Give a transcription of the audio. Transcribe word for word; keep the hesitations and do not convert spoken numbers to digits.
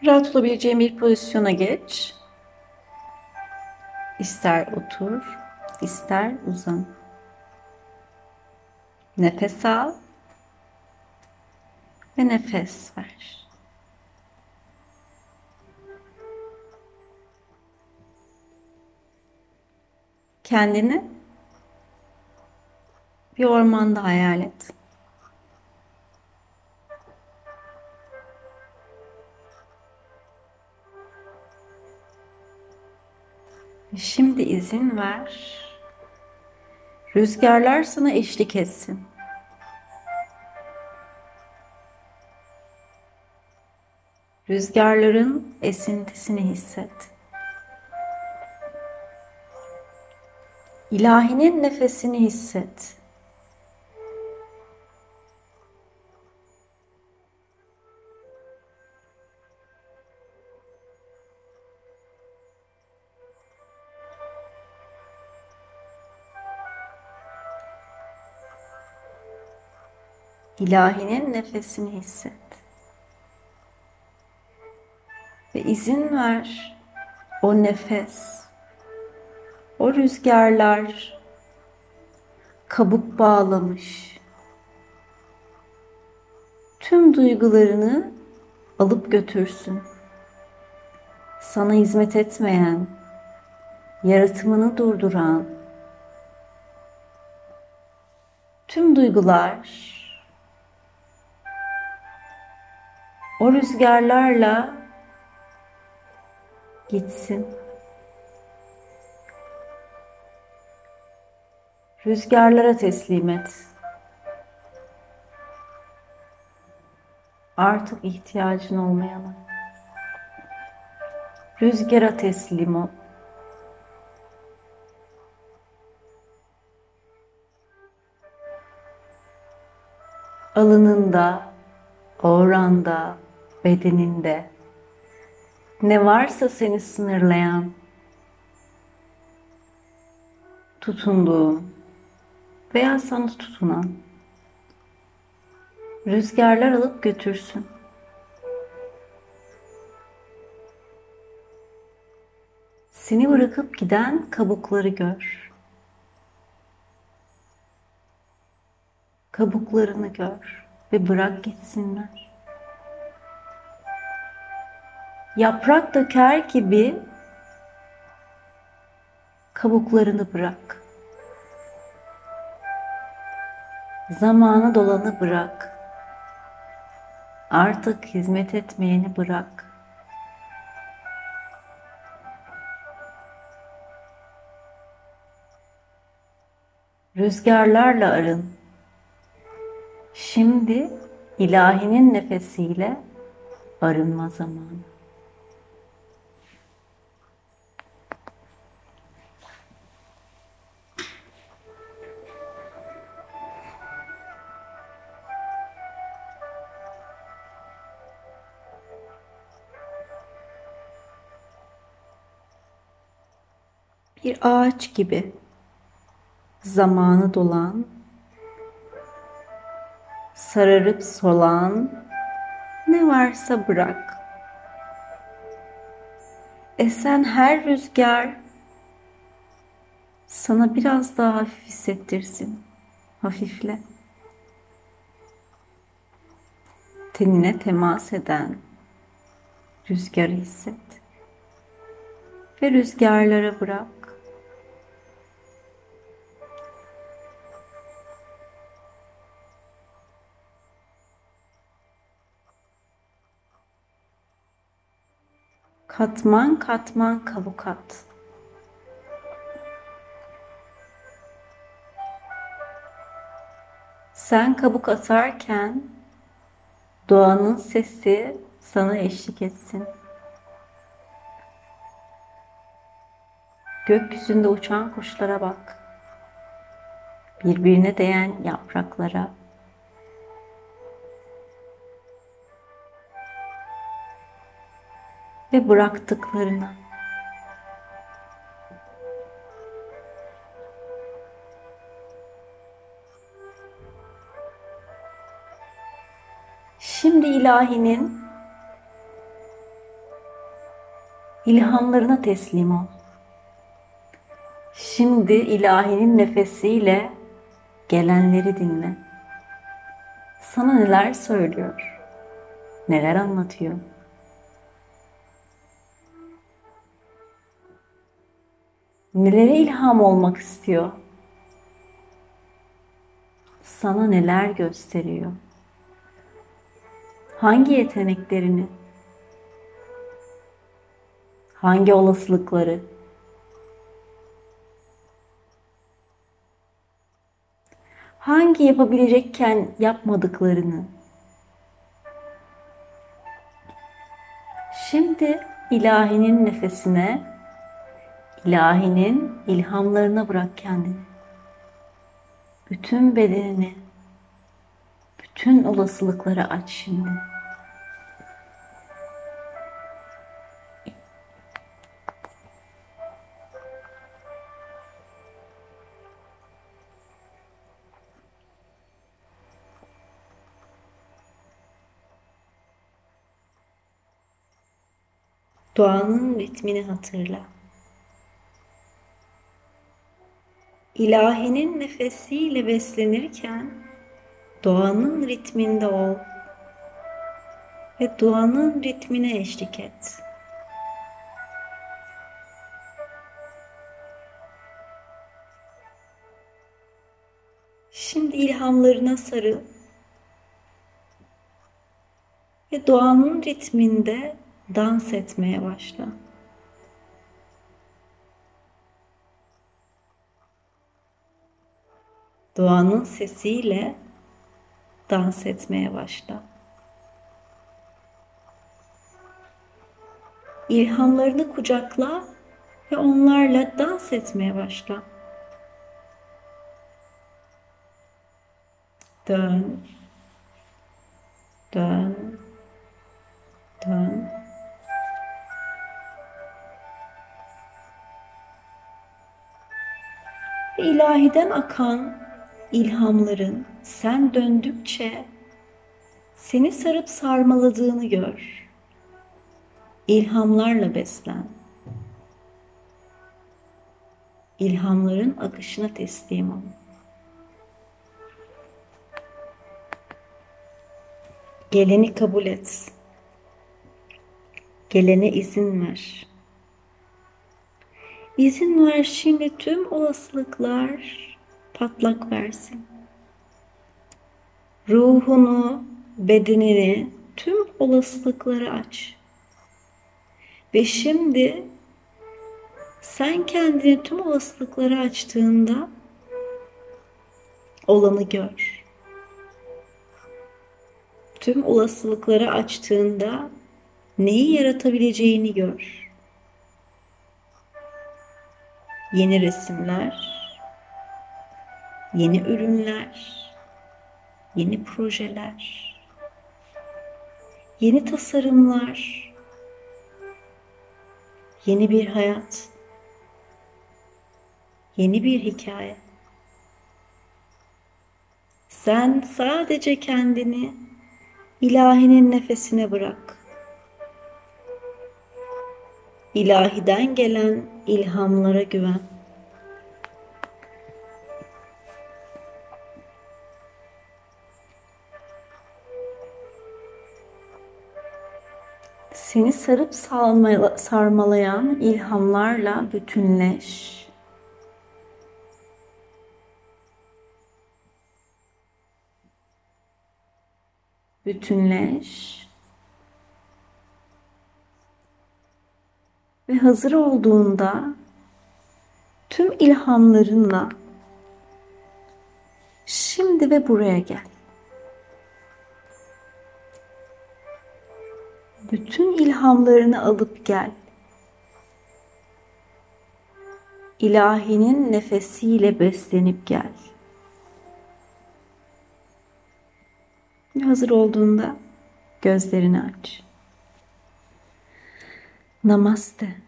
Rahat olabileceğin bir pozisyona geç. İster otur, ister uzan. Nefes al ve nefes ver. Kendini bir ormanda hayal et. Şimdi izin ver. Rüzgarlar sana eşlik etsin. Rüzgarların esintisini hisset. İlahinin nefesini hisset. İlahinin nefesini hisset. Ve izin ver o nefes, o rüzgarlar kabuk bağlamış tüm duygularını alıp götürsün. Sana hizmet etmeyen, yaratımını durduran tüm duygular o rüzgarlarla gitsin. Rüzgarlara teslim et. Artık ihtiyacın olmayana. Rüzgara teslim ol. Alınında, oranda, bedeninde ne varsa seni sınırlayan, tutunduğun veya sana tutunan rüzgarlar alıp götürsün. Seni bırakıp giden kabukları gör. Kabuklarını gör ve bırak gitsinler. Yaprak döker gibi kabuklarını bırak. Zamanı dolanı bırak. Artık hizmet etmeyeni bırak. Rüzgarlarla arın. Şimdi ilahinin nefesiyle arınma zamanı. Bir ağaç gibi zamanı dolan, sararıp solan ne varsa bırak. Esen her rüzgar sana biraz daha hafif hissettirsin. Hafifle. Tenine temas eden rüzgarı hisset. Ve rüzgarlara bırak. Katman katman kabuk at. Sen kabuk atarken doğanın sesi sana eşlik etsin. Gökyüzünde uçan kuşlara bak. Birbirine değen yapraklara. Ve bıraktıklarına. Şimdi ilahinin İlhamlarına teslim ol. Şimdi ilahinin nefesiyle gelenleri dinle. Sana neler söylüyor, neler anlatıyor. Nelere ilham olmak istiyor? Sana neler gösteriyor? Hangi yeteneklerini, hangi olasılıkları, hangi yapabilecekken yapmadıklarını. Şimdi ilahinin nefesine, ilahinin ilhamlarına bırak kendini. Bütün bedenini, bütün olasılıkları aç şimdi. Doğanın ritmini hatırla. İlahinin nefesiyle beslenirken doğanın ritminde ol ve doğanın ritmine eşlik et. Şimdi ilhamlarına sarıl ve doğanın ritminde dans etmeye başla. Doğanın sesiyle dans etmeye başla. İlhamlarını kucakla ve onlarla dans etmeye başla. Dön, dön, dön. Ve ilahiden akan ilhamların sen döndükçe seni sarıp sarmaladığını gör. İlhamlarla beslen. İlhamların akışına teslim ol. Geleni kabul et. Gelene izin ver. İzin ver şimdi tüm olasılıklar patlak versin. Ruhunu, bedenini, tüm olasılıkları aç. Ve şimdi sen kendini tüm olasılıkları açtığında olanı gör. Tüm olasılıkları açtığında neyi yaratabileceğini gör. Yeni resimler, yeni ürünler, yeni projeler, yeni tasarımlar, yeni bir hayat, yeni bir hikaye. Sen sadece kendini ilahinin nefesine bırak. İlahiden gelen ilhamlara güven. Seni sarıp sarmalayan ilhamlarla bütünleş. Bütünleş. Ve hazır olduğunda tüm ilhamlarınla şimdi ve buraya gel. Bütün ilhamlarını alıp gel. İlahinin nefesiyle beslenip gel. Hazır olduğunda gözlerini aç. Namaste.